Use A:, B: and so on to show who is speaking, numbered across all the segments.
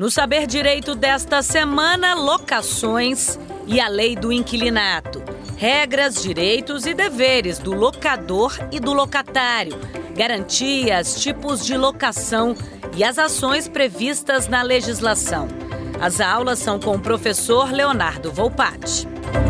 A: No Saber Direito desta semana, locações e a lei do inquilinato. Regras, direitos e deveres do locador e do locatário. Garantias, tipos de locação e as ações previstas na legislação. As aulas são com o professor Leonardo Volpatti.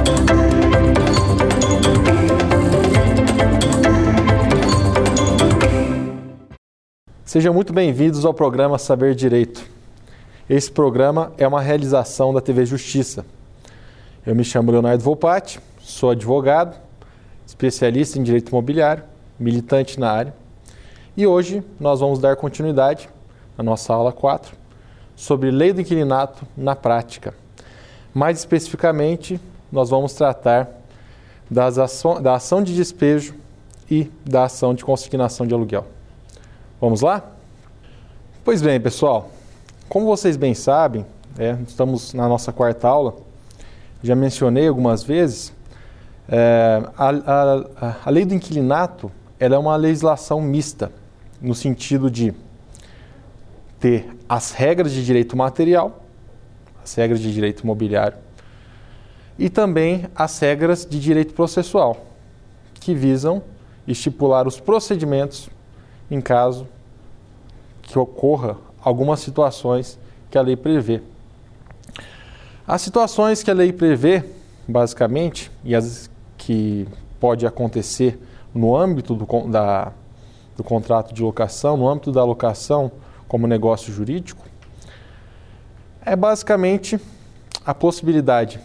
B: Sejam muito bem-vindos ao programa Saber Direito. Esse programa é uma realização da TV Justiça. Eu me chamo Leonardo Volpatti, sou advogado, especialista em direito imobiliário, militante na área. E hoje nós vamos dar continuidade à nossa aula 4 sobre lei do inquilinato na prática. Mais especificamente, nós vamos tratar da ação de despejo e da ação de consignação de aluguel. Vamos lá? Pois bem, pessoal, como vocês bem sabem, estamos na nossa quarta aula, já mencionei algumas vezes, a lei do inquilinato ela é uma legislação mista, no sentido de ter as regras de direito material, as regras de direito imobiliário e também as regras de direito processual, que visam estipular os procedimentos em caso que ocorra algumas situações que a lei prevê. As situações que a lei prevê, basicamente, e as que pode acontecer no âmbito do contrato de locação, no âmbito da locação como negócio jurídico, é basicamente a possibilidade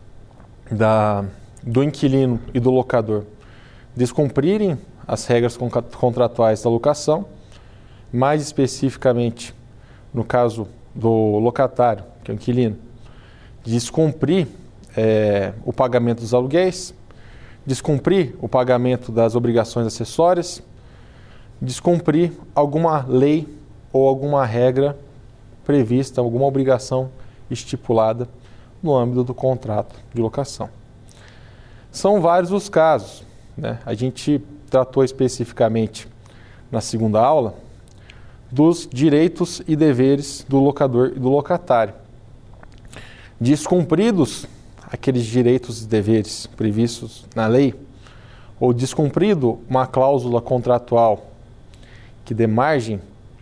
B: do inquilino e do locador descumprirem as regras contratuais da locação, mais especificamente no caso do locatário, que é o inquilino, descumprir o pagamento dos aluguéis, descumprir o pagamento das obrigações acessórias, descumprir alguma lei ou alguma regra prevista, alguma obrigação estipulada no âmbito do contrato de locação. São vários os casos, né? A gente tratou especificamente na segunda aula dos direitos e deveres do locador e do locatário. Descumpridos aqueles direitos e deveres previstos na lei, ou descumprido uma cláusula contratual que dê margem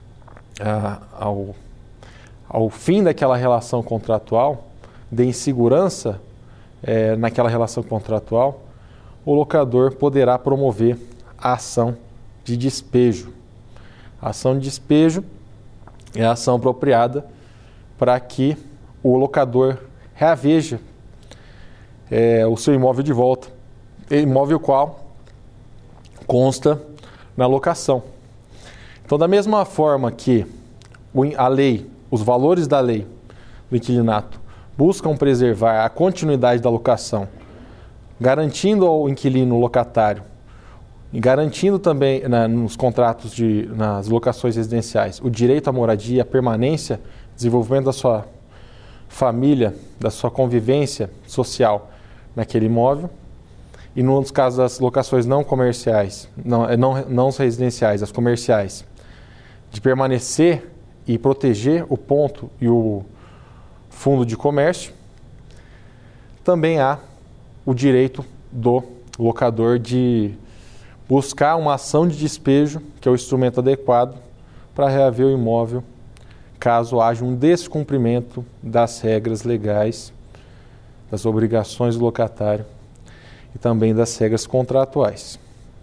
B: ao fim daquela relação contratual, dê insegurança naquela relação contratual, o locador poderá promover a ação de despejo. A ação de despejo é a ação apropriada para que o locador reaveja o seu imóvel de volta, imóvel qual consta na locação. Então, da mesma forma que a lei, os valores da lei do inquilinato buscam preservar a continuidade da locação, garantindo ao inquilino locatário e garantindo também nos contratos nas locações residenciais o direito à moradia, a permanência, desenvolvimento da sua família, da sua convivência social naquele imóvel, e nos casos das locações não comerciais, não residenciais, as comerciais, de permanecer e proteger o ponto e o fundo de comércio, também há o direito do locador de buscar uma ação de despejo, que é o instrumento adequado para reaver o imóvel, caso haja um descumprimento das regras legais, das obrigações do locatário e também das regras contratuais.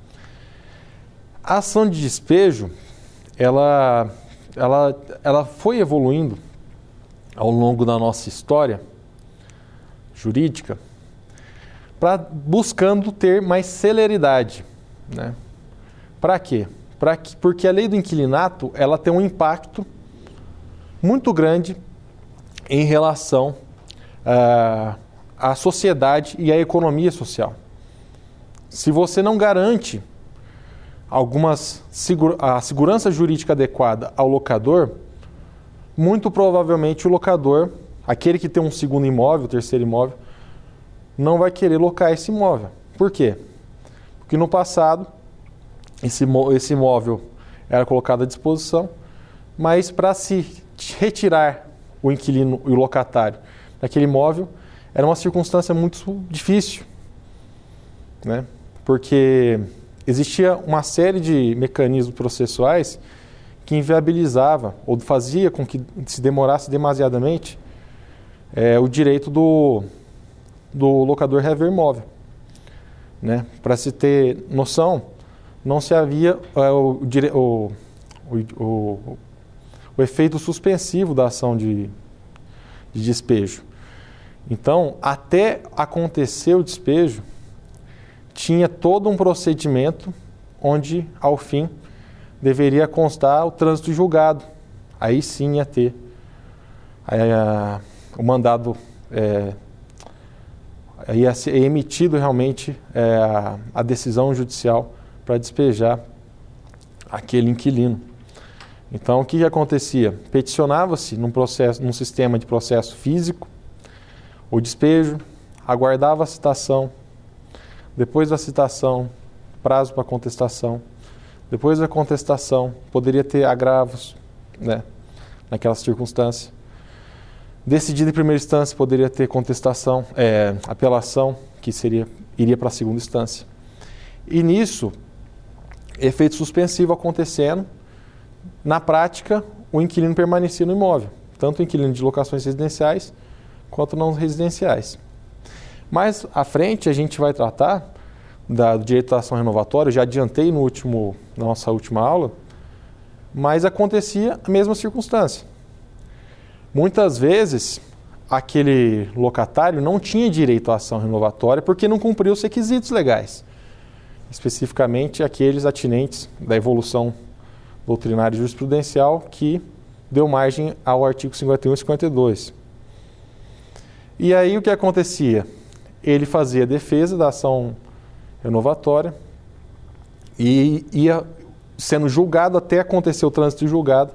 B: A ação de despejo, ela foi evoluindo ao longo da nossa história jurídica, buscando ter mais celeridade, né? Para quê? Porque a lei do inquilinato ela tem um impacto muito grande em relação à sociedade e à economia social. Se você não garante a segurança jurídica adequada ao locador, muito provavelmente o locador, aquele que tem um segundo imóvel, terceiro imóvel, não vai querer locar esse imóvel. Por quê? Porque no passado esse imóvel era colocado à disposição, mas para se retirar o inquilino e o locatário naquele imóvel era uma circunstância muito difícil, né? Porque existia uma série de mecanismos processuais que inviabilizava ou fazia com que se demorasse demasiadamente o direito do locador reaver imóvel, né? Para se ter noção, não se havia o efeito suspensivo da ação de despejo. Então, até acontecer o despejo, tinha todo um procedimento onde, ao fim, deveria constar o trânsito julgado. Aí sim ia ter o mandado, ia ser emitido realmente a decisão judicial para despejar aquele inquilino. Então, o que acontecia? Peticionava-se num sistema de processo físico o despejo, aguardava a citação, depois da citação, prazo para contestação, depois da contestação, poderia ter agravos, né, naquela circunstância. Decidida em primeira instância, poderia ter contestação, apelação, que iria para a segunda instância. E nisso, efeito suspensivo acontecendo, na prática, o inquilino permanecia no imóvel, tanto o inquilino de locações residenciais quanto não residenciais. Mais à frente, a gente vai tratar do direito à ação renovatória. Eu já adiantei na nossa última aula, mas acontecia a mesma circunstância. Muitas vezes, aquele locatário não tinha direito à ação renovatória porque não cumpriu os requisitos legais, especificamente aqueles atinentes da evolução doutrinária e jurisprudencial que deu margem ao artigo 51 e 52. E aí o que acontecia? Ele fazia a defesa da ação renovatória e ia sendo julgado até acontecer o trânsito de julgado.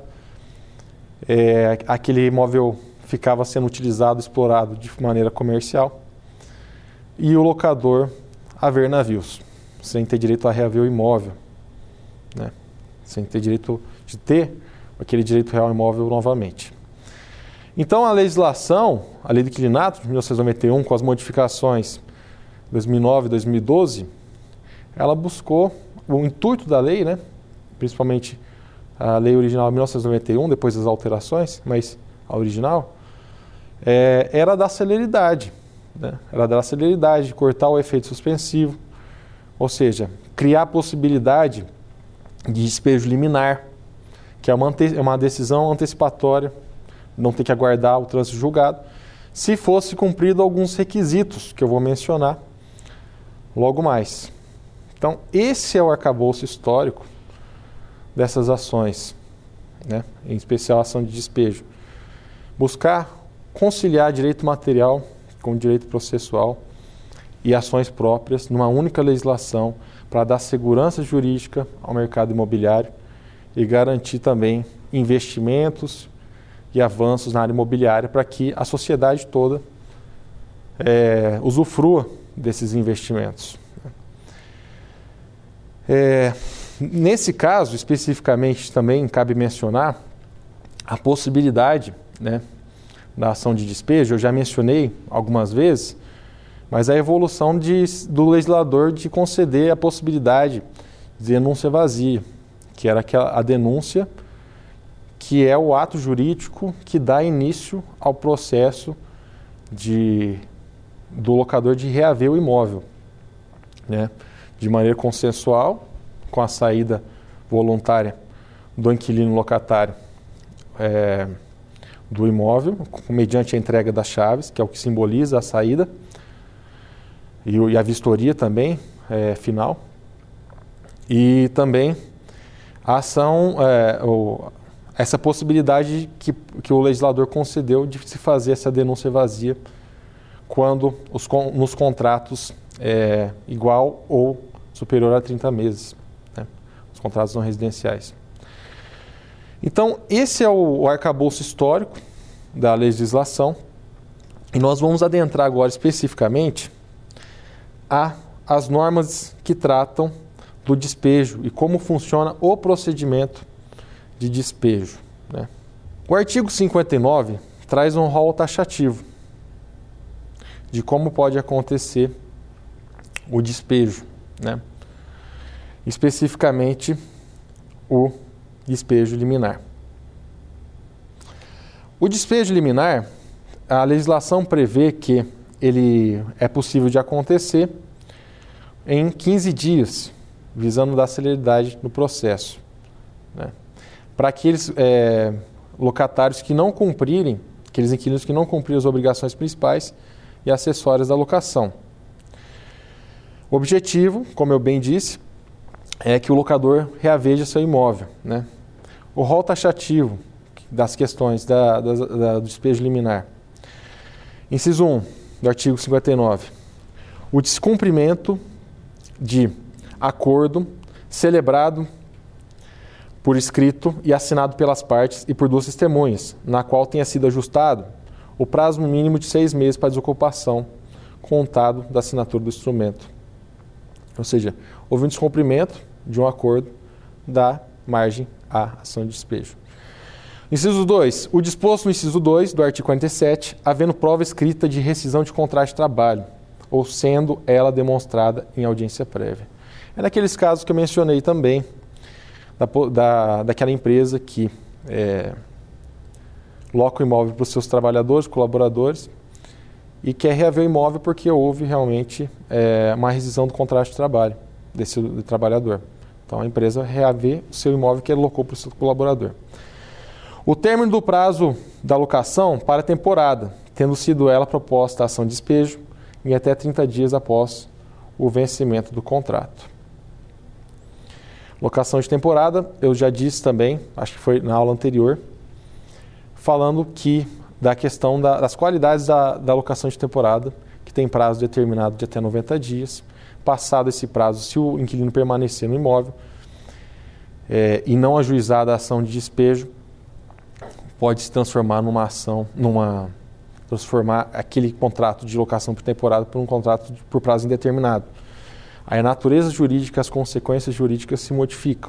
B: Aquele imóvel ficava sendo utilizado, explorado de maneira comercial e o locador a ver navios, sem ter direito a reaver o imóvel, né? Sem ter direito de ter aquele direito real imóvel novamente. Então, a legislação, a Lei do Inquilinato, de 1991, com as modificações 2009 e 2012, ela buscou o intuito da lei, né? Principalmente a lei original de 1991, depois das alterações, mas a original, era da celeridade, né? Era da celeridade, de cortar o efeito suspensivo, ou seja, criar a possibilidade de despejo liminar, que é uma decisão antecipatória, não ter que aguardar o trânsito julgado, se fosse cumprido alguns requisitos que eu vou mencionar logo mais. Então, esse é o arcabouço histórico dessas ações, né? Em especial a ação de despejo. Buscar conciliar direito material com direito processual e ações próprias numa única legislação para dar segurança jurídica ao mercado imobiliário e garantir também investimentos e avanços na área imobiliária para que a sociedade toda usufrua desses investimentos. Nesse caso, especificamente, também cabe mencionar a possibilidade, né, da ação de despejo. Eu já mencionei algumas vezes, mas a evolução do legislador de conceder a possibilidade de denúncia vazia, que era a denúncia que é o ato jurídico que dá início ao processo do locador de reaver o imóvel, né? De maneira consensual, com a saída voluntária do inquilino locatário do imóvel, mediante a entrega das chaves, que é o que simboliza a saída, e a vistoria também final, e também a ação, essa possibilidade que o legislador concedeu de se fazer essa denúncia vazia quando nos contratos igual ou superior a 30 meses, né? Os contratos não residenciais. Então, esse é o arcabouço histórico da legislação e nós vamos adentrar agora especificamente as normas que tratam do despejo e como funciona o procedimento de despejo, né? O artigo 59 traz um rol taxativo de como pode acontecer o despejo, né? Especificamente o despejo liminar. O despejo liminar, a legislação prevê que ele é possível de acontecer em 15 dias, visando dar celeridade no processo, né? Para aqueles locatários que não cumprirem, aqueles inquilinos que não cumprirem as obrigações principais e acessórias da locação. O objetivo, como eu bem disse, é que o locador reaveja seu imóvel, né? O rol taxativo das questões do despejo liminar. Inciso 1 do artigo 59. O descumprimento de acordo celebrado por escrito e assinado pelas partes e por 2 testemunhas, na qual tenha sido ajustado o prazo mínimo de 6 meses para desocupação, contado da assinatura do instrumento. Ou seja, houve um descumprimento de um acordo, dá margem à ação de despejo. Inciso 2. O disposto no inciso 2 do artigo 47, havendo prova escrita de rescisão de contrato de trabalho, ou sendo ela demonstrada em audiência prévia. É naqueles casos que eu mencionei também, daquela empresa que loca o imóvel para os seus trabalhadores, colaboradores, e quer reaver o imóvel porque houve realmente uma rescisão do contrato de trabalho desse trabalhador. Então a empresa reaver o seu imóvel que ele locou para o seu colaborador. O término do prazo da locação para a temporada, tendo sido ela proposta a ação de despejo em até 30 dias após o vencimento do contrato. Locação de temporada, eu já disse também, acho que foi na aula anterior, falando da questão das qualidades da locação de temporada, que tem prazo determinado de até 90 dias. Passado esse prazo, se o inquilino permanecer no imóvel e não ajuizada a ação de despejo, pode se transformar transformar aquele contrato de locação por temporada por um contrato por prazo indeterminado. Aí a natureza jurídica, as consequências jurídicas se modificam.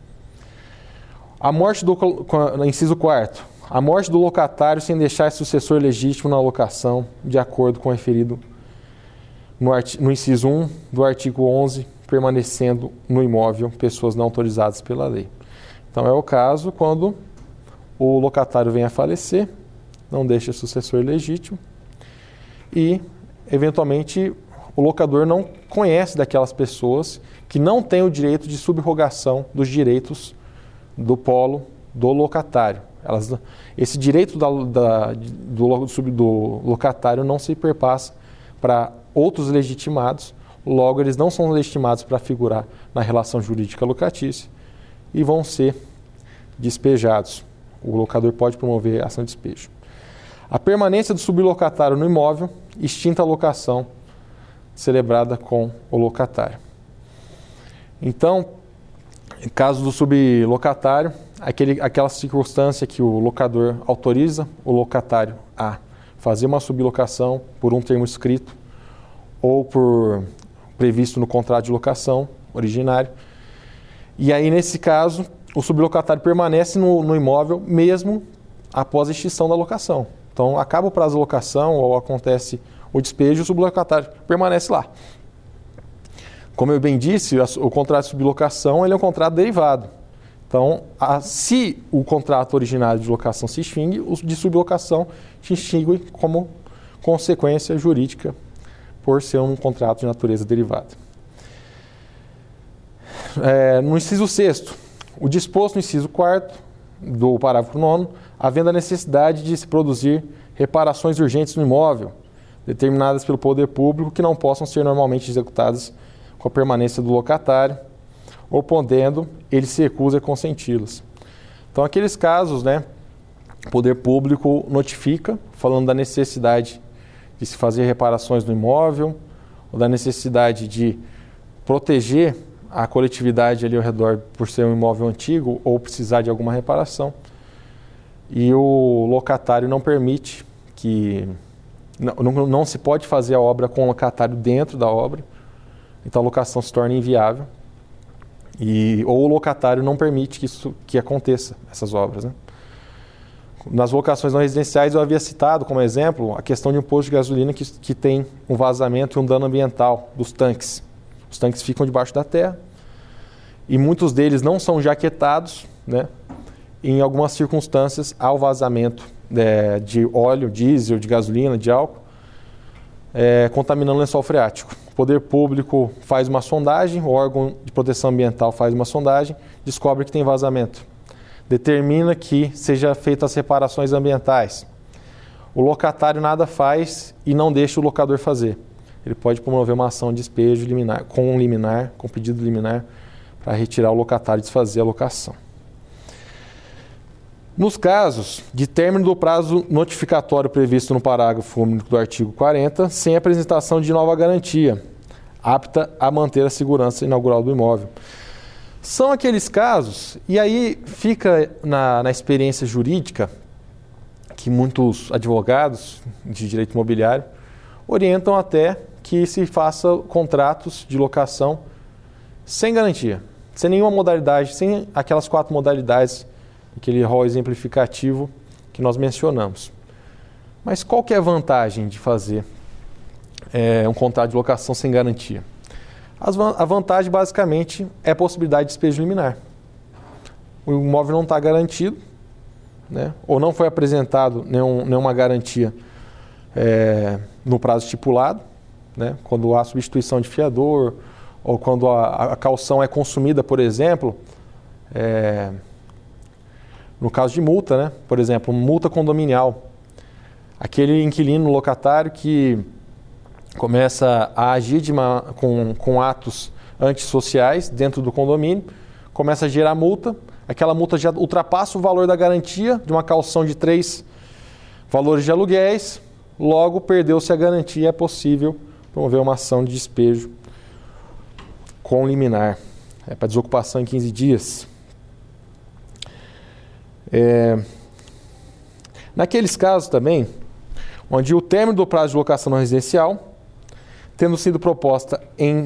B: A morte inciso 4º, a morte do locatário sem deixar sucessor legítimo na locação, de acordo com o referido no inciso 1 do artigo 11, permanecendo no imóvel pessoas não autorizadas pela lei. Então é o caso quando o locatário vem a falecer, não deixa sucessor legítimo e, eventualmente, o locador não conhece daquelas pessoas que não têm o direito de subrogação dos direitos do polo do locatário. Esse direito do locatário não se perpassa para outros legitimados, logo eles não são legitimados para figurar na relação jurídica locatícia e vão ser despejados. O locador pode promover ação de despejo. A permanência do sublocatário no imóvel, extinta a locação celebrada com o locatário. Então, em caso do sublocatário, aquela circunstância que o locador autoriza o locatário a fazer uma sublocação por um termo escrito ou por previsto no contrato de locação originário. E aí, nesse caso, o sublocatário permanece no imóvel mesmo após a extinção da locação. Então, acaba o prazo da locação ou acontece o despejo, o sublocatário permanece lá. Como eu bem disse, o contrato de sublocação ele é um contrato derivado. Então, se o contrato originário de locação se extingue, o de sublocação se extingue como consequência jurídica por ser um contrato de natureza derivada. No inciso 6º, o disposto no inciso 4º do parágrafo 9º, havendo a necessidade de se produzir reparações urgentes no imóvel, determinadas pelo poder público, que não possam ser normalmente executadas com a permanência do locatário, ou podendo, ele se recusa a consenti-las. Então, aqueles casos, o poder público notifica, falando da necessidade de se fazer reparações no imóvel, ou da necessidade de proteger a coletividade ali ao redor por ser um imóvel antigo ou precisar de alguma reparação. E o locatário não permite que... Não se pode fazer a obra com o locatário dentro da obra, então a locação se torna inviável. Ou o locatário não permite que aconteça, essas obras. Nas locações não residenciais eu havia citado como exemplo a questão de um posto de gasolina que tem um vazamento e um dano ambiental dos tanques. Os tanques ficam debaixo da terra e muitos deles não são jaquetados, né? Em algumas circunstâncias há o vazamento de óleo, diesel, de gasolina, de álcool, contaminando o lençol freático. O poder público faz uma sondagem, o órgão de proteção ambiental faz uma sondagem, descobre que tem vazamento. Determina que seja feitas as reparações ambientais. O locatário nada faz e não deixa o locador fazer. Ele pode promover uma ação de despejo liminar, com pedido liminar, para retirar o locatário e desfazer a locação. Nos casos de término do prazo notificatório previsto no parágrafo único do artigo 40, sem apresentação de nova garantia, apta a manter a segurança inaugural do imóvel. São aqueles casos, e aí fica na experiência jurídica, que muitos advogados de direito imobiliário orientam até que se faça contratos de locação sem garantia, sem nenhuma modalidade, sem aquelas 4 modalidades, aquele rol exemplificativo que nós mencionamos. Mas qual que é a vantagem de fazer um contrato de locação sem garantia? A vantagem, basicamente, é a possibilidade de despejo liminar. O imóvel não está garantido, né? Ou não foi apresentado nenhuma garantia no prazo estipulado, né? Quando há substituição de fiador, ou quando a caução é consumida, por exemplo, no caso de multa, né? Por exemplo, multa condominial. Aquele inquilino locatário que começa a agir com atos antissociais dentro do condomínio, começa a gerar multa, aquela multa já ultrapassa o valor da garantia de uma caução de 3 valores de aluguéis, logo perdeu-se a garantia, é possível promover uma ação de despejo com liminar, para desocupação em 15 dias. Naqueles casos também, onde o término do prazo de locação não residencial, tendo sido proposta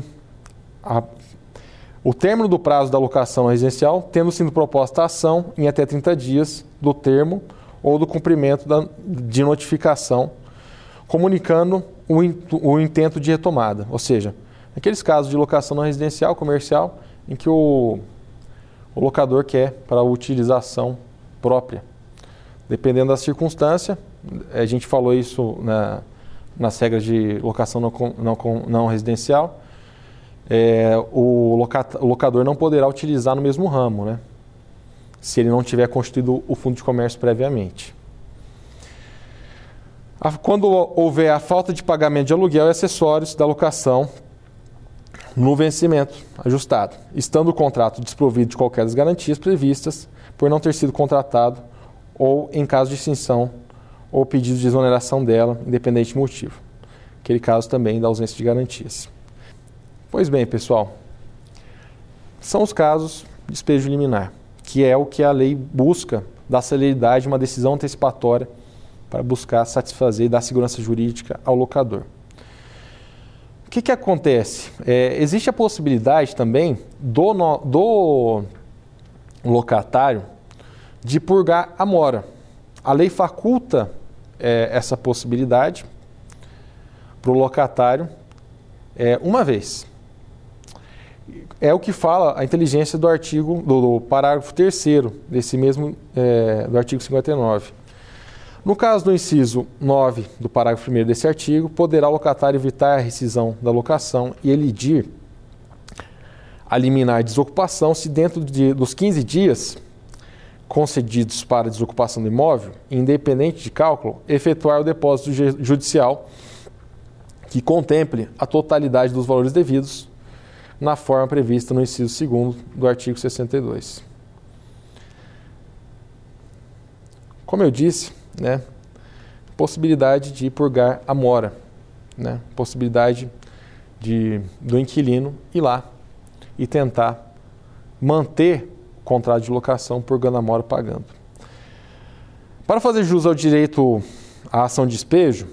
B: o término do prazo da locação não residencial, tendo sido proposta a ação em até 30 dias do termo ou do cumprimento de notificação, comunicando o intento de retomada. Ou seja, naqueles casos de locação não residencial, comercial, em que o locador quer para utilização própria. Dependendo da circunstância, a gente falou isso nas regras de locação não residencial, o locador não poderá utilizar no mesmo ramo, né? Se ele não tiver constituído o fundo de comércio previamente. Quando houver a falta de pagamento de aluguel e acessórios da locação no vencimento ajustado, estando o contrato desprovido de qualquer das garantias previstas por não ter sido contratado ou em caso de extinção ou pedido de exoneração dela, independente do motivo. Aquele caso também da ausência de garantias. Pois bem, pessoal, são os casos de despejo liminar, que é o que a lei busca da celeridade de uma decisão antecipatória para buscar satisfazer e dar segurança jurídica ao locador. O que acontece? Existe a possibilidade também do locatário de purgar a mora. A lei faculta essa possibilidade para o locatário uma vez. É o que fala a inteligência do artigo, do parágrafo 3º desse mesmo, do artigo 59. No caso do inciso 9 do parágrafo 1º desse artigo, poderá o locatário evitar a rescisão da locação e elidir a liminar de desocupação se dentro dos 15 dias concedidos para desocupação do imóvel, independente de cálculo, efetuar o depósito judicial que contemple a totalidade dos valores devidos na forma prevista no inciso 2º do artigo 62. Como eu disse, né, possibilidade de purgar a mora, né, possibilidade do inquilino ir lá e tentar manter o contrato de locação purgando a mora pagando. Para fazer jus ao direito à ação de despejo,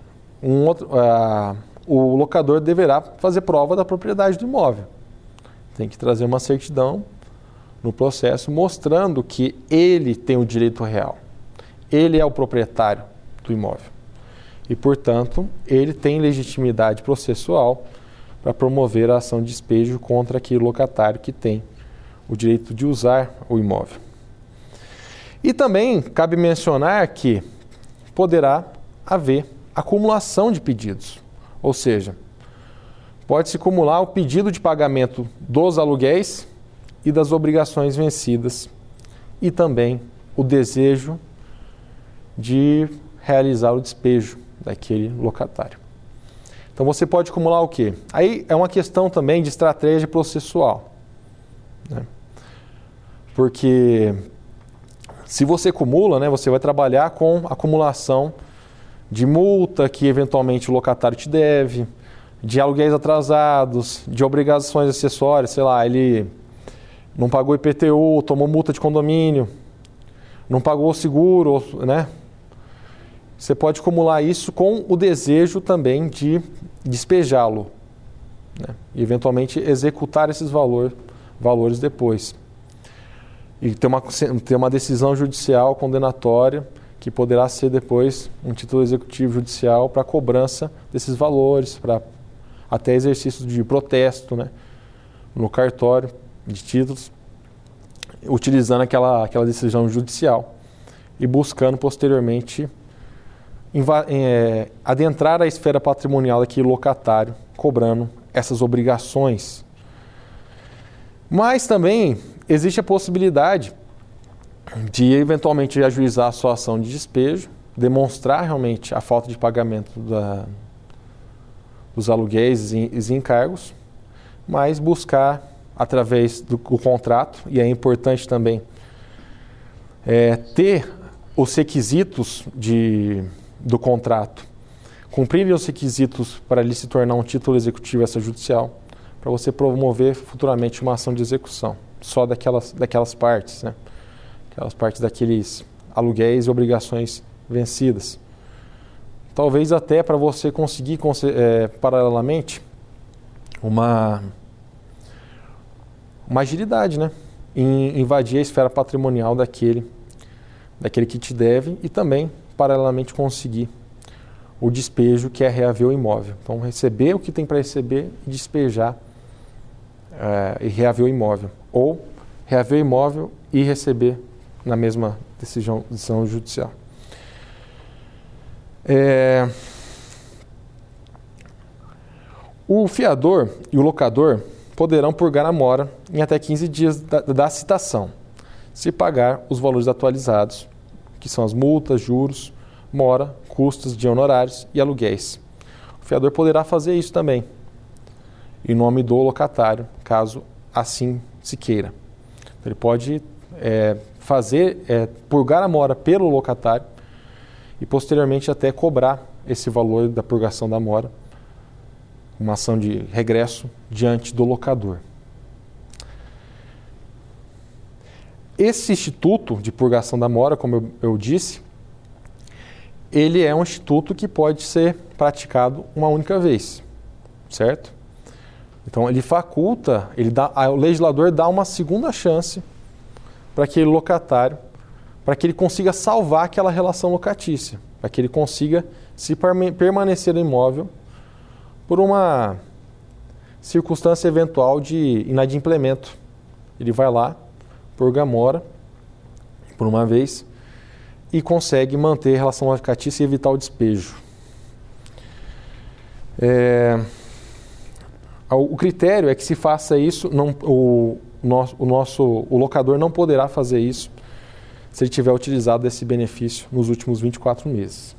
B: o locador deverá fazer prova da propriedade do imóvel. Tem que trazer uma certidão no processo mostrando que ele tem o direito real. ele é o proprietário do imóvel. E, portanto, ele tem legitimidade processual para promover a ação de despejo contra aquele locatário que tem o direito de usar o imóvel. E também cabe mencionar que poderá haver acumulação de pedidos, ou seja, pode-se acumular o pedido de pagamento dos aluguéis e das obrigações vencidas e também o desejo de realizar o despejo daquele locatário. Então você pode acumular o quê? Aí é uma questão também de estratégia processual, né? Porque se você acumula, né, você vai trabalhar com acumulação de multa que eventualmente o locatário te deve, de aluguéis atrasados, de obrigações acessórias, sei lá, ele não pagou IPTU, tomou multa de condomínio, não pagou o seguro, né? Você pode acumular isso com o desejo também de despejá-lo, né? E eventualmente executar esses valores depois. E ter uma decisão judicial condenatória que poderá ser depois um título executivo judicial para cobrança desses valores, para até exercício de protesto, né, no cartório de títulos, utilizando aquela decisão judicial e buscando posteriormente adentrar a esfera patrimonial daquele locatário, cobrando essas obrigações. Mas também existe a possibilidade de eventualmente ajuizar a sua ação de despejo, demonstrar realmente a falta de pagamento dos aluguéis e encargos, mas buscar através do contrato, e é importante também ter os requisitos do contrato, cumprirem os requisitos para ele se tornar um título executivo extrajudicial, para você promover futuramente uma ação de execução, só daquelas partes, né? Aquelas partes daqueles aluguéis e obrigações vencidas. Talvez até para você conseguir, paralelamente, uma agilidade, né, em invadir a esfera patrimonial daquele que te deve e também, paralelamente, conseguir o despejo, que é reaver o imóvel. Então, receber o que tem para receber e despejar e reaver o imóvel. Ou reaver o imóvel e receber na mesma decisão judicial. O fiador e o locador poderão purgar a mora em até 15 dias da citação, se pagar os valores atualizados, que são as multas, juros, mora, custos de honorários e aluguéis. O fiador poderá fazer isso também, em nome do locatário, caso assim se queira. Ele pode purgar a mora pelo locatário e posteriormente até cobrar esse valor da purgação da mora, uma ação de regresso diante do locador. Esse instituto de purgação da mora, como eu disse, ele é um instituto que pode ser praticado uma única vez, certo? Então ele faculta, o legislador dá uma segunda chance para aquele locatário, para que ele consiga salvar aquela relação locatícia, para que ele consiga permanecer no imóvel por uma circunstância eventual de inadimplemento. Ele vai lá, purga a mora por uma vez e consegue manter a relação locatícia e evitar o despejo. O critério é que se faça isso, o locador não poderá fazer isso se ele tiver utilizado esse benefício nos últimos 24 meses.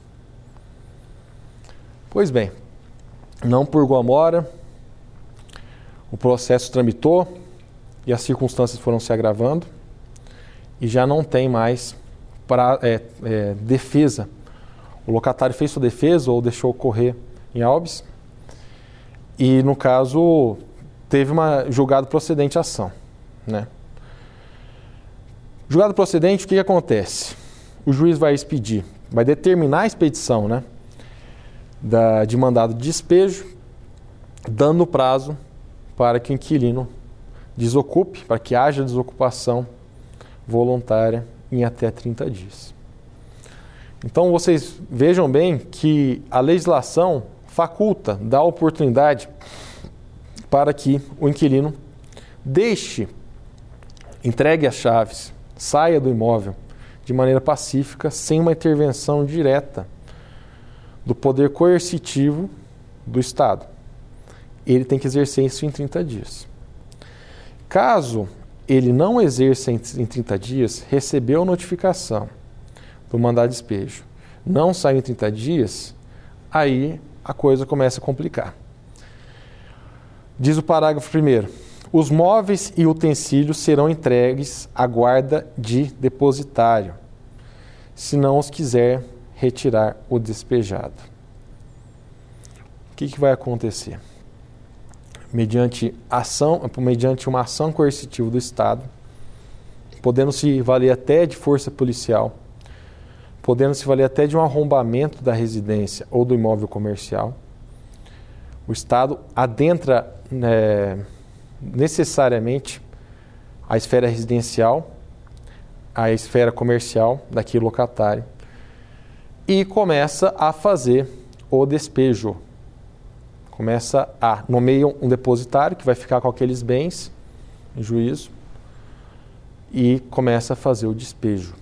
B: Pois bem, não purgou a mora, o processo tramitou e as circunstâncias foram se agravando e já não tem mais defesa. O locatário fez sua defesa ou deixou ocorrer em habeas e, no caso, teve julgado procedente a ação, né? Julgado procedente, o que acontece? O juiz vai expedir, vai determinar a expedição, né, de mandado de despejo, dando prazo para que o inquilino desocupe, para que haja desocupação voluntária em até 30 dias. Então vocês vejam bem que a legislação faculta, dá oportunidade para que o inquilino entregue as chaves, saia do imóvel de maneira pacífica, sem uma intervenção direta do poder coercitivo do Estado. Ele tem que exercer isso em 30 dias. Caso ele não exerça em 30 dias, recebeu notificação do mandado de despejo, não saiu em 30 dias, aí a coisa começa a complicar. Diz o parágrafo 1º: os móveis e utensílios serão entregues à guarda de depositário, se não os quiser retirar o despejado. O que vai acontecer? Mediante uma ação coercitiva do Estado, podendo se valer até de força policial, podendo se valer até de um arrombamento da residência ou do imóvel comercial, o Estado adentra necessariamente a esfera residencial, a esfera comercial daquele locatário e começa a fazer o despejo. Nomeia um depositário que vai ficar com aqueles bens em juízo e começa a fazer o despejo.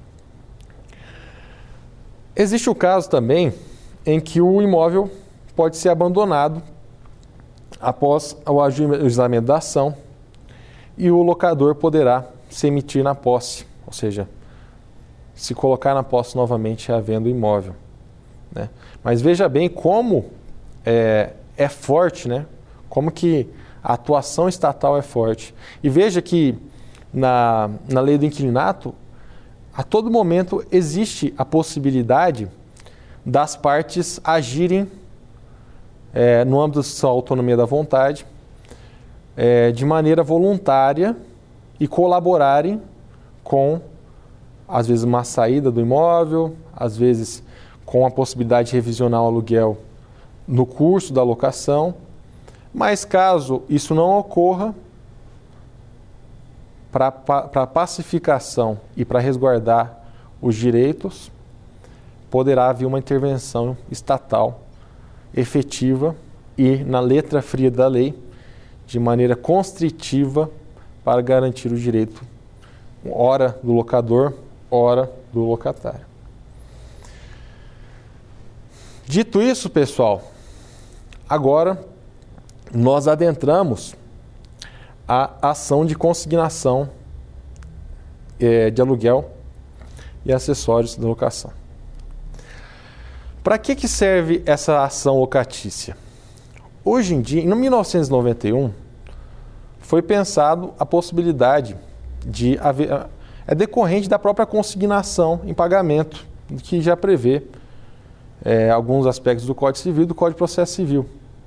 B: Existe o caso também em que o imóvel pode ser abandonado após o ajuizamento da ação e o locador poderá se emitir na posse, ou seja, se colocar na posse novamente havendo o imóvel, né? Mas veja bem como é forte, né? Como que a atuação estatal é forte. E veja que na lei do inquilinato, a todo momento existe a possibilidade das partes agirem no âmbito da sua autonomia da vontade, de maneira voluntária e colaborarem com, às vezes, uma saída do imóvel, às vezes com a possibilidade de revisionar o aluguel no curso da locação, mas caso isso não ocorra, para pacificação e para resguardar os direitos, poderá haver uma intervenção estatal efetiva e na letra fria da lei, de maneira constritiva, para garantir o direito, ora do locador, ora do locatário. Dito isso, pessoal, agora nós adentramos a ação de consignação de aluguel e acessórios de locação. Para que serve essa ação locatícia? Hoje em dia, em 1991, foi pensado a possibilidade de haver... É decorrente da própria consignação em pagamento, que já prevê alguns aspectos do Código Civil e do Código de Processo Civil.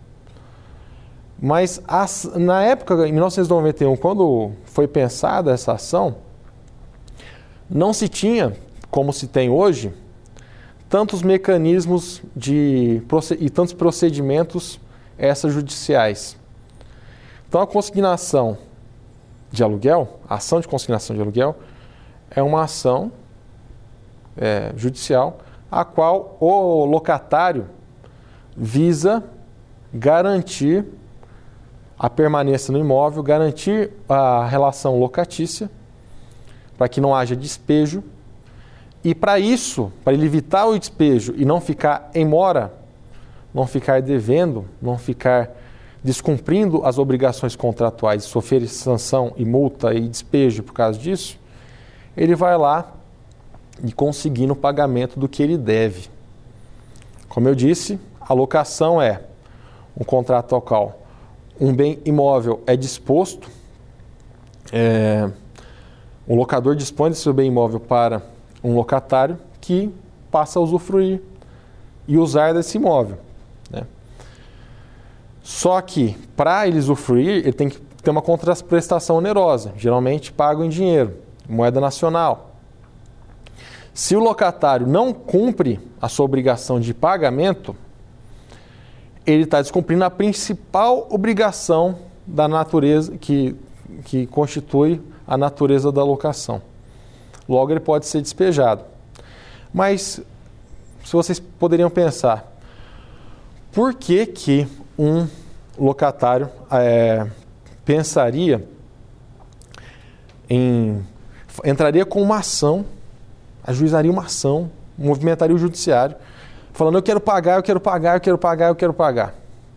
B: Mas na época, em 1991, quando foi pensada essa ação, não se tinha, como se tem hoje, tantos mecanismos e tantos procedimentos extrajudiciais. Então, a consignação de aluguel, a ação de consignação de aluguel, é uma ação judicial a qual o locatário visa garantir a permanência no imóvel, garantir a relação locatícia, para que não haja despejo. E para isso, para ele evitar o despejo e não ficar em mora, não ficar devendo, não ficar descumprindo as obrigações contratuais, sofrer sanção e multa e despejo por causa disso, ele vai lá e conseguindo o pagamento do que ele deve. Como eu disse, a locação é um contrato ao qual um bem imóvel é disposto, o locador dispõe de seu bem imóvel para um locatário que passa a usufruir e usar desse imóvel, né? Só que, para ele usufruir, ele tem que ter uma contraprestação onerosa, geralmente pago em dinheiro, moeda nacional. Se o locatário não cumpre a sua obrigação de pagamento, ele está descumprindo a principal obrigação da natureza que constitui a natureza da locação. Logo, ele pode ser despejado. Mas se vocês poderiam pensar, por que que um locatário entraria com uma ação, ajuizaria uma ação, movimentaria o judiciário, falando eu quero pagar, eu quero pagar, eu quero pagar, eu quero pagar.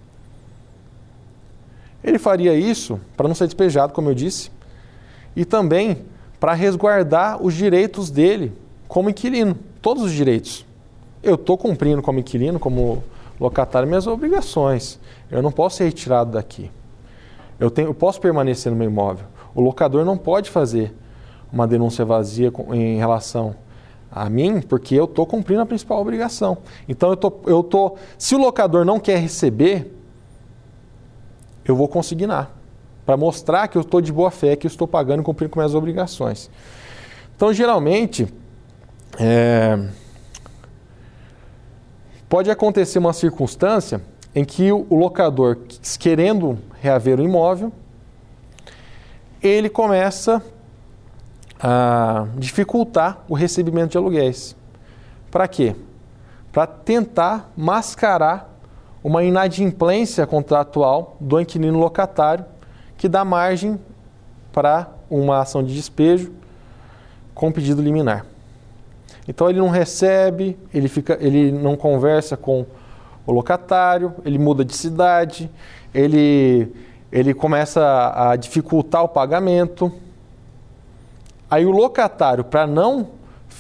B: Ele faria isso para não ser despejado, como eu disse, e também para resguardar os direitos dele como inquilino, todos os direitos. Eu estou cumprindo como inquilino, como locatário, minhas obrigações. Eu não posso ser retirado daqui. Eu posso permanecer no meu imóvel. O locador não pode fazer uma denúncia vazia em relação a mim, porque eu estou cumprindo a principal obrigação. Então, se o locador não quer receber, eu vou consignar, para mostrar que eu estou de boa fé, que eu estou pagando e cumprindo com minhas obrigações. Então, geralmente, pode acontecer uma circunstância em que o locador, querendo reaver o imóvel, ele começa a dificultar o recebimento de aluguéis. Para quê? Para tentar mascarar uma inadimplência contratual do inquilino locatário que dá margem para uma ação de despejo com pedido liminar. Então ele não recebe, ele não conversa com o locatário, ele muda de cidade, ele começa a dificultar o pagamento. Aí o locatário, para não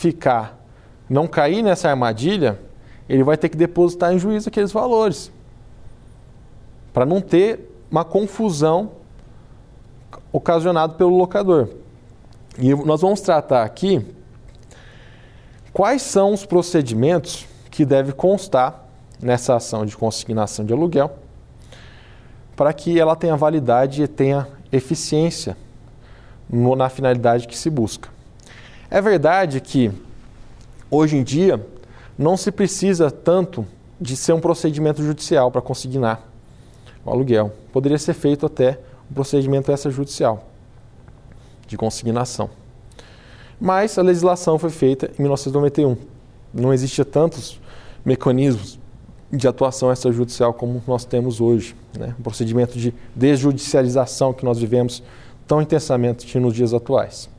B: cair nessa armadilha, ele vai ter que depositar em juízo aqueles valores, para não ter uma confusão ocasionada pelo locador. E nós vamos tratar aqui quais são os procedimentos que devem constar nessa ação de consignação de aluguel para que ela tenha validade e tenha eficiência na finalidade que se busca. É verdade que, hoje em dia, não se precisa tanto de ser um procedimento judicial para consignar o aluguel. Poderia ser feito até um procedimento extrajudicial de consignação. Mas a legislação foi feita em 1991. Não existia tantos mecanismos de atuação extrajudicial como nós temos hoje, né? Um procedimento de desjudicialização que nós vivemos tão intensamente nos dias atuais.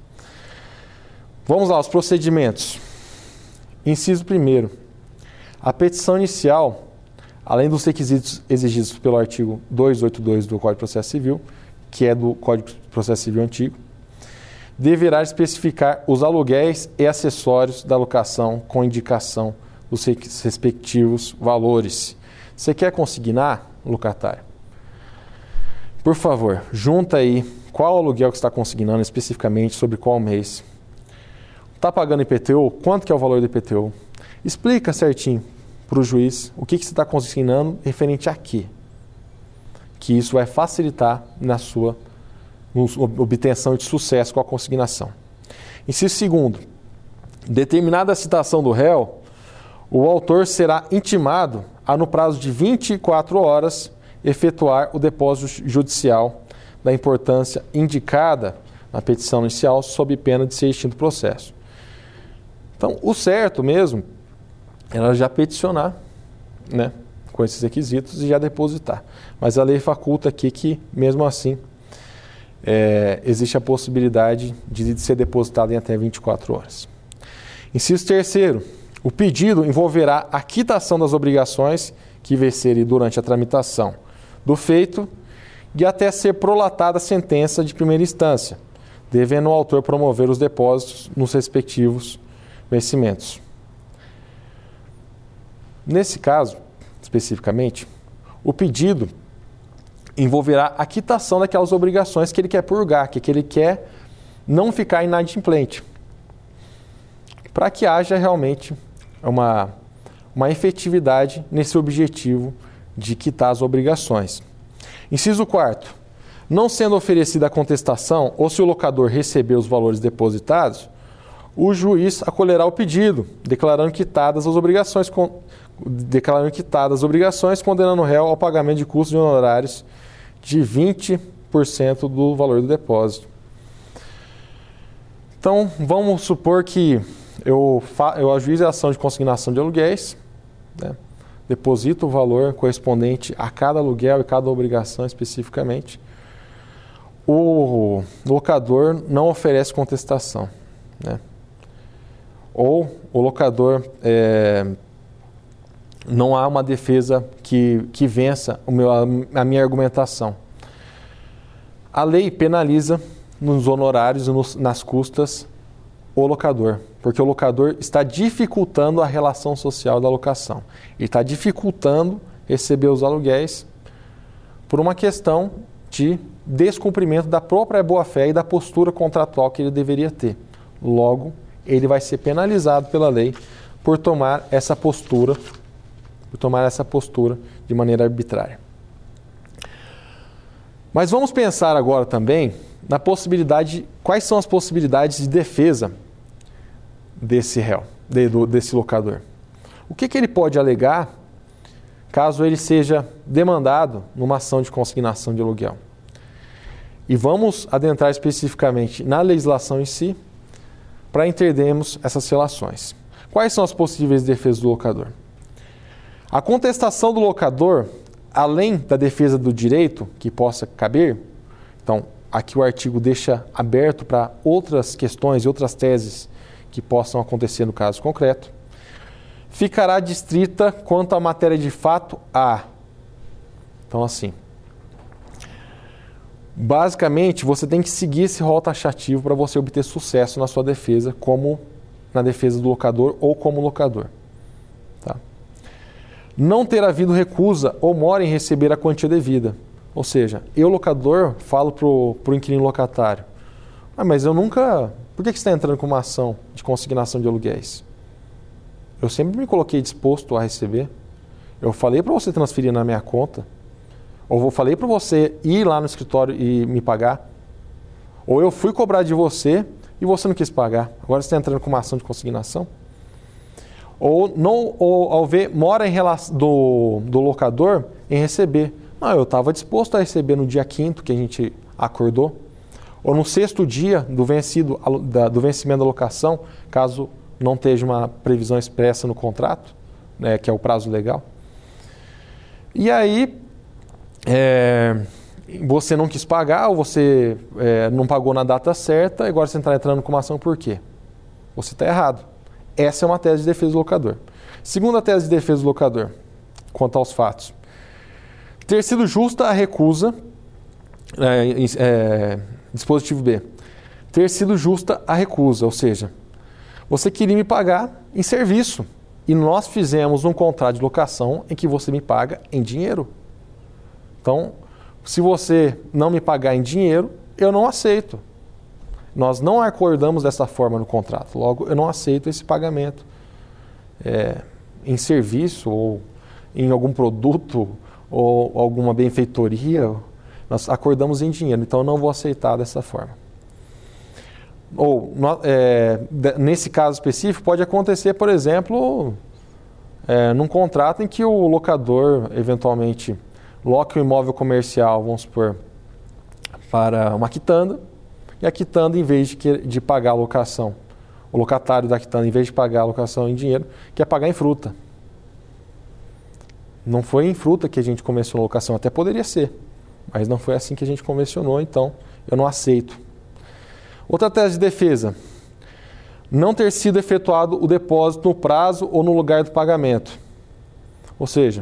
B: Vamos lá, os procedimentos. Inciso 1º. A petição inicial, além dos requisitos exigidos pelo artigo 282 do Código de Processo Civil, que é do Código de Processo Civil antigo, deverá especificar os aluguéis e acessórios da locação com indicação dos respectivos valores. Você quer consignar, locatário? Por favor, junta aí qual aluguel que você está consignando especificamente, sobre qual mês. Está pagando IPTU? Quanto que é o valor do IPTU? Explica certinho para o juiz o que você está consignando referente a quê. Que isso vai facilitar na sua obtenção de sucesso com a consignação. Inciso 2º. Determinada a citação do réu, o autor será intimado a, no prazo de 24 horas, efetuar o depósito judicial da importância indicada na petição inicial, sob pena de ser extinto o processo. Então, o certo mesmo era já peticionar, né, com esses requisitos e já depositar. Mas a lei faculta aqui que, mesmo assim, existe a possibilidade de ser depositado em até 24 horas. Inciso 3º. O pedido envolverá a quitação das obrigações que vencerem durante a tramitação do feito e até ser prolatada a sentença de primeira instância, devendo o autor promover os depósitos nos respectivos vencimentos. Nesse caso, especificamente, o pedido envolverá a quitação daquelas obrigações que ele quer purgar, que ele quer não ficar inadimplente, para que haja realmente uma efetividade nesse objetivo de quitar as obrigações. Inciso 4º. Não sendo oferecida a contestação ou se o locador receber os valores depositados, o juiz acolherá o pedido, declarando quitadas as obrigações, condenando o réu ao pagamento de custos de honorários de 20% do valor do depósito. Então, vamos supor que eu ajuizo a ação de consignação de aluguéis, né? Deposito o valor correspondente a cada aluguel e cada obrigação especificamente. O locador não oferece contestação, né? Ou o locador não há uma defesa que vença a minha argumentação. A lei penaliza nos honorários e nas custas o locador, porque o locador está dificultando a relação social da locação. Ele está dificultando receber os aluguéis por uma questão de descumprimento da própria boa-fé e da postura contratual que ele deveria ter. Logo, ele vai ser penalizado pela lei por tomar essa postura de maneira arbitrária. Mas vamos pensar agora também na possibilidade, quais são as possibilidades de defesa desse réu, desse locador. O que ele pode alegar caso ele seja demandado numa ação de consignação de aluguel? E vamos adentrar especificamente na legislação em si para entendermos essas relações. Quais são as possíveis defesas do locador? A contestação do locador, além da defesa do direito que possa caber, então aqui o artigo deixa aberto para outras questões e outras teses que possam acontecer no caso concreto, ficará distrita quanto à matéria de fato A. Então, assim, basicamente, você tem que seguir esse rol taxativo para você obter sucesso na sua defesa, como na defesa do locador ou como locador. Tá? Não ter havido recusa ou mora em receber a quantia devida. Ou seja, eu, locador, falo para o inquilino locatário: mas eu nunca... Por que você está entrando com uma ação de consignação de aluguéis? Eu sempre me coloquei disposto a receber. Eu falei para você transferir na minha conta. Ou eu falei para você ir lá no escritório e me pagar. Ou eu fui cobrar de você e você não quis pagar. Agora você está entrando com uma ação de consignação. Ou ver mora em relação do locador em receber. Não, eu estava disposto a receber no dia 5º que a gente acordou. Ou no 6º dia do vencimento da locação, caso não esteja uma previsão expressa no contrato, né, que é o prazo legal. E aí, você não quis pagar, ou você não pagou na data certa, e agora você está entrando com uma ação por quê? Você está errado. Essa é uma tese de defesa do locador. Segunda tese de defesa do locador, quanto aos fatos. Ter sido justa a recusa, dispositivo B. Ter sido justa a recusa, ou seja, você queria me pagar em serviço e nós fizemos um contrato de locação em que você me paga em dinheiro. Então, se você não me pagar em dinheiro, eu não aceito. Nós não acordamos dessa forma no contrato, logo eu não aceito esse pagamento em serviço ou em algum produto ou alguma benfeitoria. Nós acordamos em dinheiro, então eu não vou aceitar dessa forma. Ou, nesse caso específico, pode acontecer, por exemplo, num contrato em que o locador, eventualmente, loque um imóvel comercial, vamos supor, para uma quitanda, e a quitanda, em vez de pagar a locação, o locatário da quitanda, em vez de pagar a locação em dinheiro, quer pagar em fruta. Não foi em fruta que a gente convencionou a locação, até poderia ser, mas não foi assim que a gente convencionou, então eu não aceito. Outra tese de defesa: não ter sido efetuado o depósito no prazo ou no lugar do pagamento. Ou seja,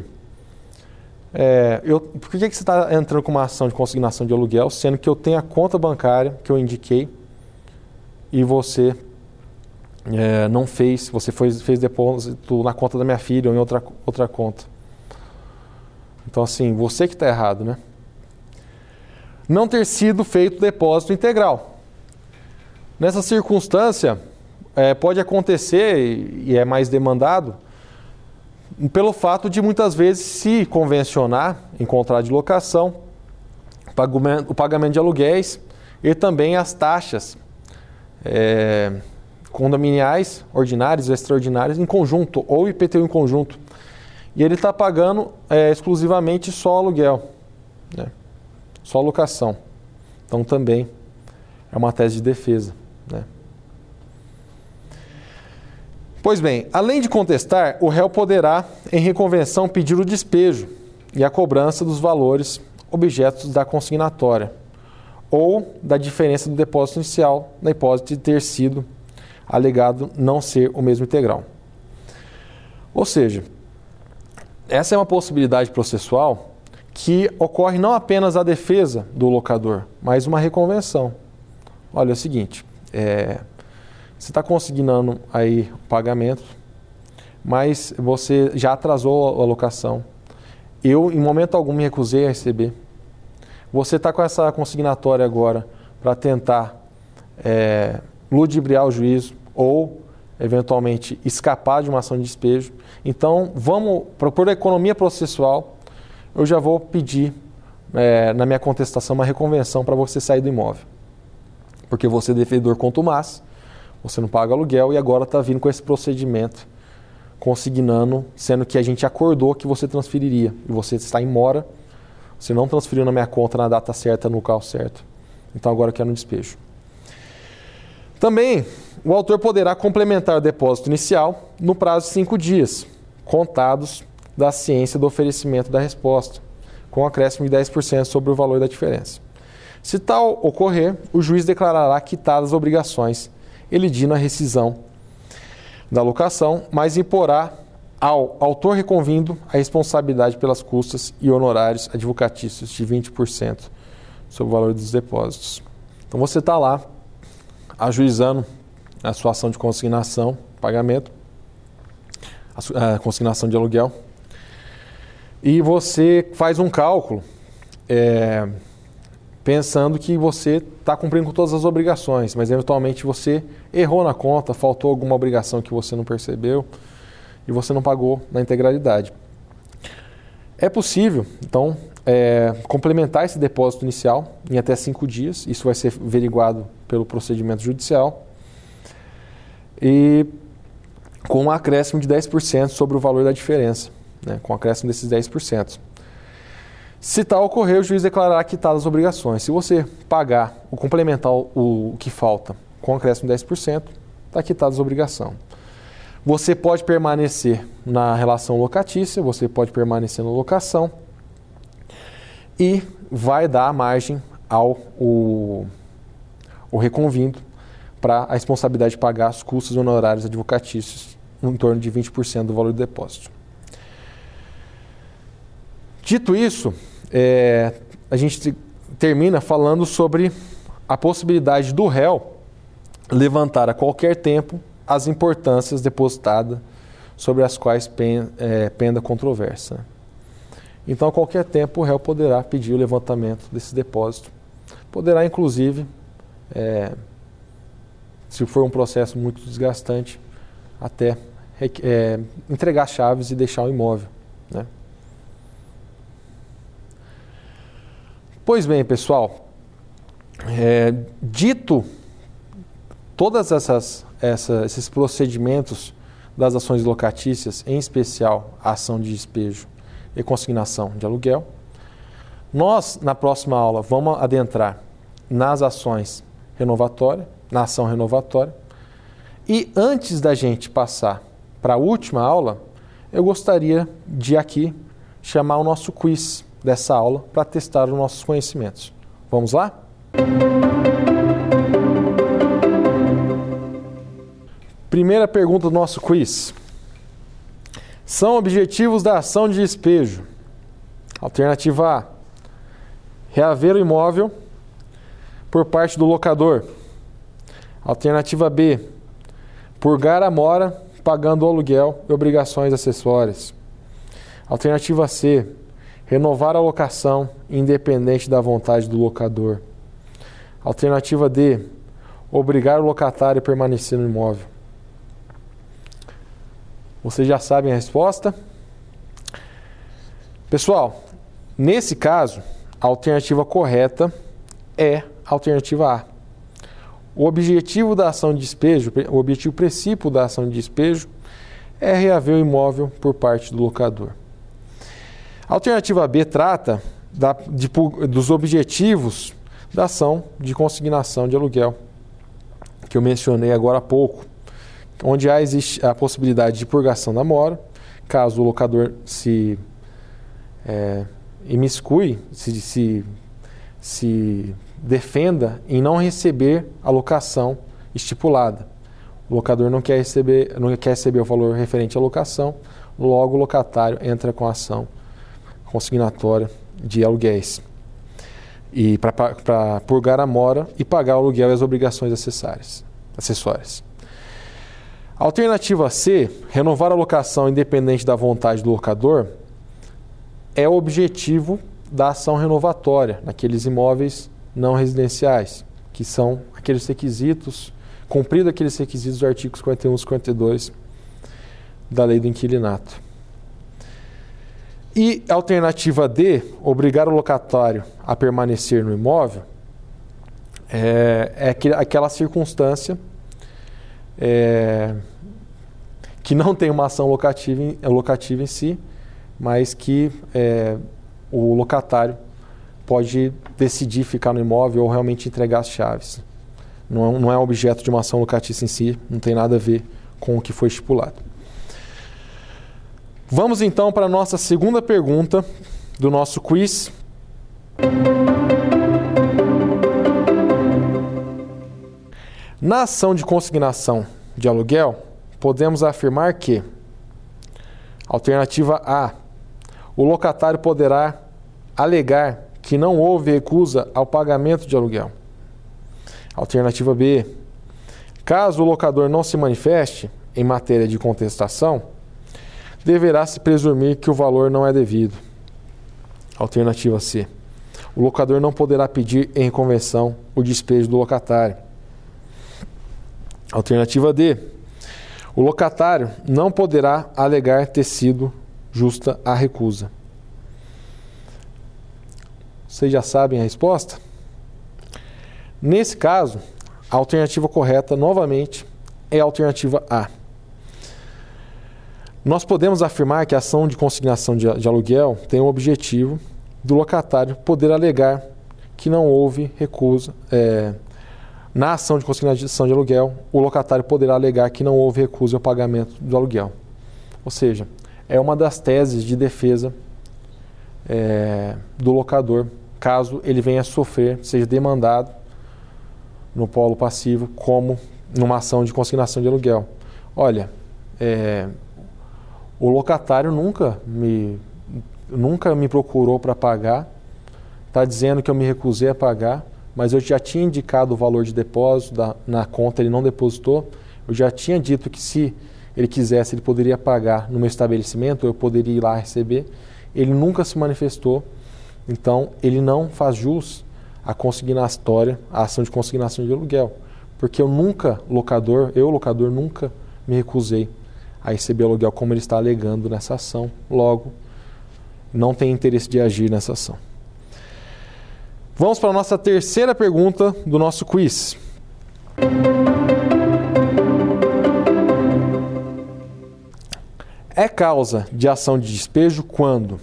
B: por que você está entrando com uma ação de consignação de aluguel, sendo que eu tenho a conta bancária que eu indiquei e você não fez, você fez depósito na conta da minha filha ou em outra conta? Então, assim, você que está errado, né? Não ter sido feito depósito integral. Nessa circunstância, pode acontecer, e é mais demandado, pelo fato de muitas vezes se convencionar em contrato de locação o pagamento de aluguéis e também as taxas condominiais, ordinárias e extraordinárias em conjunto, ou IPTU em conjunto. E ele está pagando exclusivamente só aluguel, né? Só locação. Então também é uma tese de defesa, né? Pois bem, além de contestar, o réu poderá, em reconvenção, pedir o despejo e a cobrança dos valores objetos da consignatória ou da diferença do depósito inicial, na hipótese de ter sido alegado não ser o mesmo integral. Ou seja, essa é uma possibilidade processual que ocorre não apenas a defesa do locador, mas uma reconvenção. Olha, é o seguinte, você está consignando aí o pagamento, mas você já atrasou a locação. Eu, em momento algum, me recusei a receber. Você está com essa consignatória agora para tentar ludibriar o juízo ou, eventualmente, escapar de uma ação de despejo. Então, por economia processual, eu já vou pedir, na minha contestação, uma reconvenção para você sair do imóvel. Porque você é devedor contumaz, você não paga aluguel e agora está vindo com esse procedimento consignando, sendo que a gente acordou que você transferiria e você está em mora, você não transferiu na minha conta na data certa, no local certo. Então agora eu quero um despejo. Também, o autor poderá complementar o depósito inicial no prazo de 5 dias, contados da ciência do oferecimento da resposta, com acréscimo de 10% sobre o valor da diferença. Se tal ocorrer, o juiz declarará quitadas as obrigações, elidindo a rescisão da locação, mas imporá ao autor reconvindo a responsabilidade pelas custas e honorários advocatícios de 20% sobre o valor dos depósitos. Então você está lá ajuizando a sua ação de consignação, pagamento, a consignação de aluguel, e você faz um cálculo pensando que você está cumprindo com todas as obrigações, mas eventualmente você errou na conta, faltou alguma obrigação que você não percebeu e você não pagou na integralidade. É possível, então, complementar esse depósito inicial em até 5 dias, isso vai ser averiguado pelo procedimento judicial, e com um acréscimo de 10% sobre o valor da diferença, né, com o acréscimo desses 10%. Se tal ocorrer, o juiz declarará quitadas as obrigações. Se você pagar ou complementar o que falta com acréscimo de 10%, está quitada a obrigação. Você pode permanecer na relação locatícia, você pode permanecer na locação e vai dar margem ao reconvindo para a responsabilidade de pagar os custos honorários advocatícios em torno de 20% do valor do depósito. Dito isso, a gente termina falando sobre a possibilidade do réu levantar a qualquer tempo as importâncias depositadas sobre as quais penda a controvérsia. Então, a qualquer tempo, o réu poderá pedir o levantamento desse depósito. Poderá, inclusive, se for um processo muito desgastante, até entregar as chaves e deixar o imóvel, né? Pois bem, pessoal, dito todas esses procedimentos das ações locatícias, em especial a ação de despejo e consignação de aluguel, nós, na próxima aula, vamos adentrar nas ações renovatórias, na ação renovatória, e antes da gente passar para a última aula, eu gostaria de aqui chamar o nosso quiz dessa aula para testar os nossos conhecimentos. Vamos lá? Primeira pergunta do nosso quiz. São objetivos da ação de despejo. Alternativa A: reaver o imóvel por parte do locador. Alternativa B: purgar a mora pagando o aluguel e obrigações acessórias. Alternativa C: renovar a locação independente da vontade do locador. Alternativa D: obrigar o locatário a permanecer no imóvel. Vocês já sabem a resposta? Pessoal, nesse caso, a alternativa correta é a alternativa A. O objetivo da ação de despejo, o objetivo principal da ação de despejo é reaver o imóvel por parte do locador. A alternativa B trata dos objetivos da ação de consignação de aluguel, que eu mencionei agora há pouco, onde existe a possibilidade de purgação da mora, caso o locador se imiscue, se defenda em não receber a locação estipulada. O locador não quer receber o valor referente à locação, logo o locatário entra com a ação consignatória de aluguéis e para purgar a mora e pagar o aluguel e as obrigações acessórias. Alternativa C, renovar a locação independente da vontade do locador, é o objetivo da ação renovatória naqueles imóveis não residenciais, que são aqueles requisitos, cumprido aqueles requisitos dos artigos 41 e 52 da Lei do Inquilinato. E a alternativa D, obrigar o locatário a permanecer no imóvel, é aquela circunstância que não tem uma ação locativa em si, mas que o locatário pode decidir ficar no imóvel ou realmente entregar as chaves. Não é objeto de uma ação locatícia em si, não tem nada a ver com o que foi estipulado. Vamos então para a nossa segunda pergunta do nosso quiz. Na ação de consignação de aluguel, podemos afirmar que, alternativa A, o locatário poderá alegar que não houve recusa ao pagamento de aluguel. Alternativa B, caso o locador não se manifeste em matéria de contestação, deverá se presumir que o valor não é devido. Alternativa C, o locador não poderá pedir em convenção o despejo do locatário. Alternativa D, o locatário não poderá alegar ter sido justa a recusa. Vocês já sabem a resposta? Nesse caso, a alternativa correta, novamente, é a alternativa A. Nós podemos afirmar que a ação de consignação de aluguel tem o objetivo do locatário poder alegar que não houve recusa. Na ação de consignação de aluguel, o locatário poderá alegar que não houve recusa ao pagamento do aluguel. Ou seja, é uma das teses de defesa do locador, caso ele venha a sofrer, seja demandado no polo passivo, como numa ação de consignação de aluguel. Olha, o locatário nunca me procurou para pagar, está dizendo que eu me recusei a pagar, mas eu já tinha indicado o valor de depósito na conta, ele não depositou, eu já tinha dito que se ele quisesse, ele poderia pagar no meu estabelecimento, eu poderia ir lá receber, ele nunca se manifestou, então ele não faz jus à consignatória, à ação de consignação de aluguel, porque eu locador, nunca me recusei a receber aluguel como ele está alegando nessa ação, logo, não tem interesse de agir nessa ação. Vamos para a nossa terceira pergunta do nosso quiz. É causa de ação de despejo quando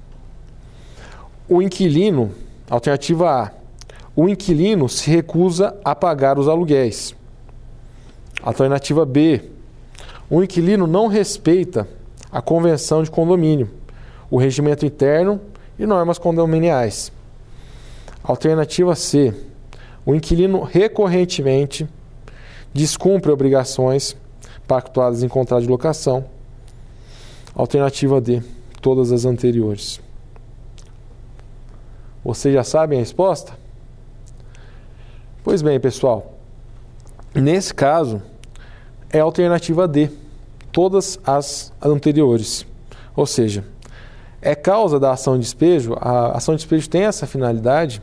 B: o inquilino, alternativa A, o inquilino se recusa a pagar os aluguéis. Alternativa B, o inquilino não respeita a convenção de condomínio, o regimento interno e normas condominiais. Alternativa C, o inquilino recorrentemente descumpre obrigações pactuadas em contrato de locação. Alternativa D, todas as anteriores. Vocês já sabem a resposta? Pois bem, pessoal, nesse caso é a alternativa D, todas as anteriores. Ou seja, é causa da ação de despejo, a ação de despejo tem essa finalidade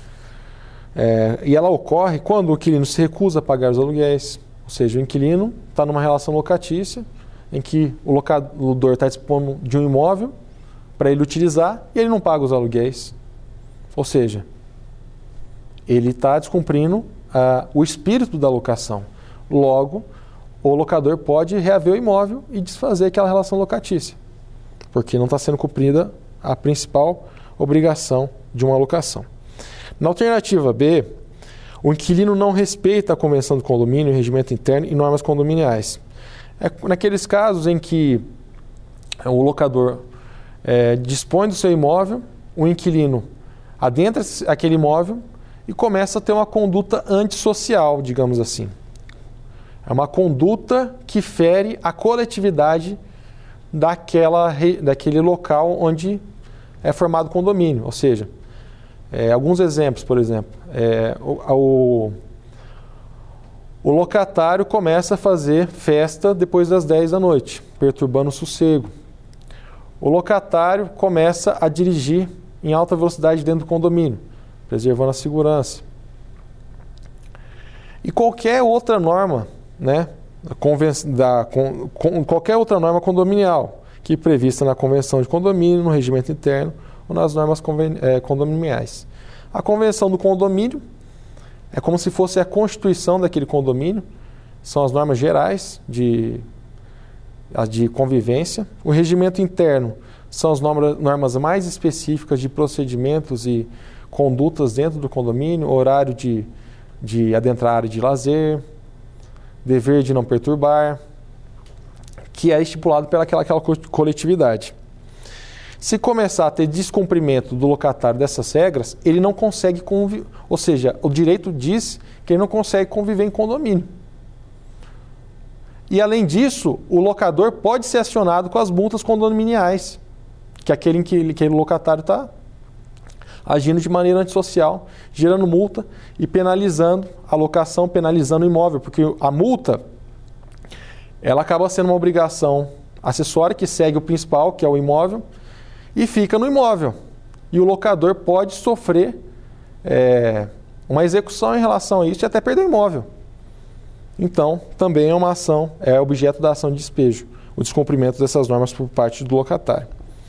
B: e ela ocorre quando o inquilino se recusa a pagar os aluguéis. Ou seja, o inquilino está numa relação locatícia em que o locador está dispondo de um imóvel para ele utilizar e ele não paga os aluguéis. Ou seja, ele está descumprindo o espírito da locação. Logo, o locador pode reaver o imóvel e desfazer aquela relação locatícia, porque não está sendo cumprida a principal obrigação de uma locação. Na alternativa B, o inquilino não respeita a convenção do condomínio, regimento interno e normas condominiais. É naqueles casos em que o locador dispõe do seu imóvel, o inquilino adentra aquele imóvel e começa a ter uma conduta antissocial, digamos assim. É uma conduta que fere a coletividade daquele local onde é formado o condomínio. Ou seja, alguns exemplos, por exemplo, o locatário começa a fazer festa depois das 10 da noite, perturbando o sossego. O locatário começa a dirigir em alta velocidade dentro do condomínio, preservando a segurança. E qualquer outra norma, né, qualquer outra norma condominial, que prevista na convenção de condomínio, no regimento interno ou nas normas condominiais. A convenção do condomínio é como se fosse a constituição daquele condomínio, são as normas gerais de convivência. O regimento interno são as normas mais específicas de procedimentos e condutas dentro do condomínio, horário de adentrar a área de lazer, dever de não perturbar, que é estipulado pelaquela coletividade. Se começar a ter descumprimento do locatário dessas regras, ele não consegue conviver, ou seja, o direito diz que ele não consegue conviver em condomínio. E além disso, o locador pode ser acionado com as multas condominiais, que aquele locatário está agindo de maneira antissocial, gerando multa e penalizando a locação, penalizando o imóvel, porque a multa ela acaba sendo uma obrigação acessória que segue o principal, que é o imóvel, e fica no imóvel. E o locador pode sofrer uma execução em relação a isso e até perder o imóvel. Então, também é uma ação, é objeto da ação de despejo, o descumprimento dessas normas por parte do locatário.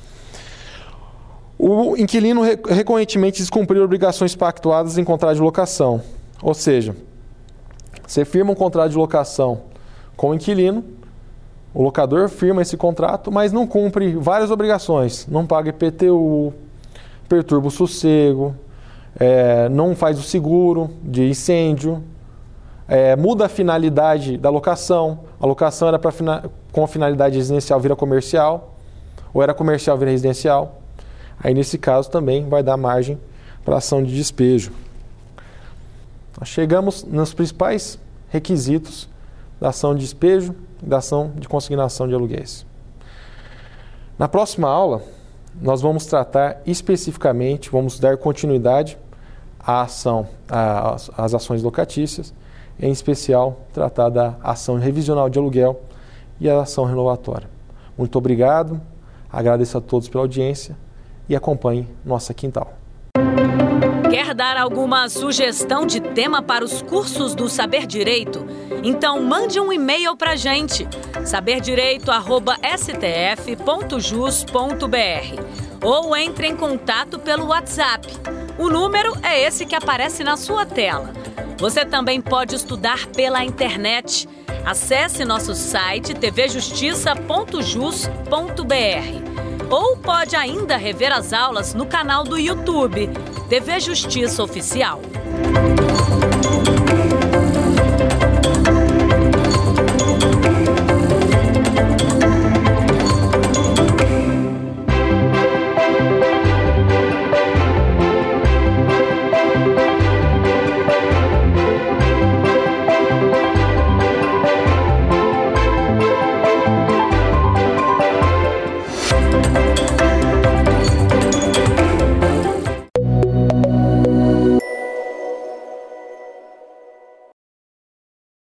B: O inquilino recorrentemente descumpriu obrigações pactuadas em contrato de locação. Ou seja, você firma um contrato de locação com o inquilino, o locador firma esse contrato, mas não cumpre várias obrigações. Não paga IPTU, perturba o sossego, não faz o seguro de incêndio, muda a finalidade da locação. A locação era com finalidade residencial, vira comercial, ou era comercial, vira residencial. Aí, nesse caso, também vai dar margem para ação de despejo. Nós chegamos nos principais requisitos da ação de despejo e da ação de consignação de aluguéis. Na próxima aula, nós vamos tratar especificamente, vamos dar continuidade às ações locatícias, em especial tratar da ação revisional de aluguel e a ação renovatória. Muito obrigado, agradeço a todos pela audiência e acompanhe nossa Quintal.
A: Quer dar alguma sugestão de tema para os cursos do Saber Direito? Então mande um e-mail para a gente, saberdireito@stf.jus.br, ou entre em contato pelo WhatsApp. O número é esse que aparece na sua tela. Você também pode estudar pela internet. Acesse nosso site tvjustiça.jus.br. Ou pode ainda rever as aulas no canal do YouTube, TV Justiça Oficial.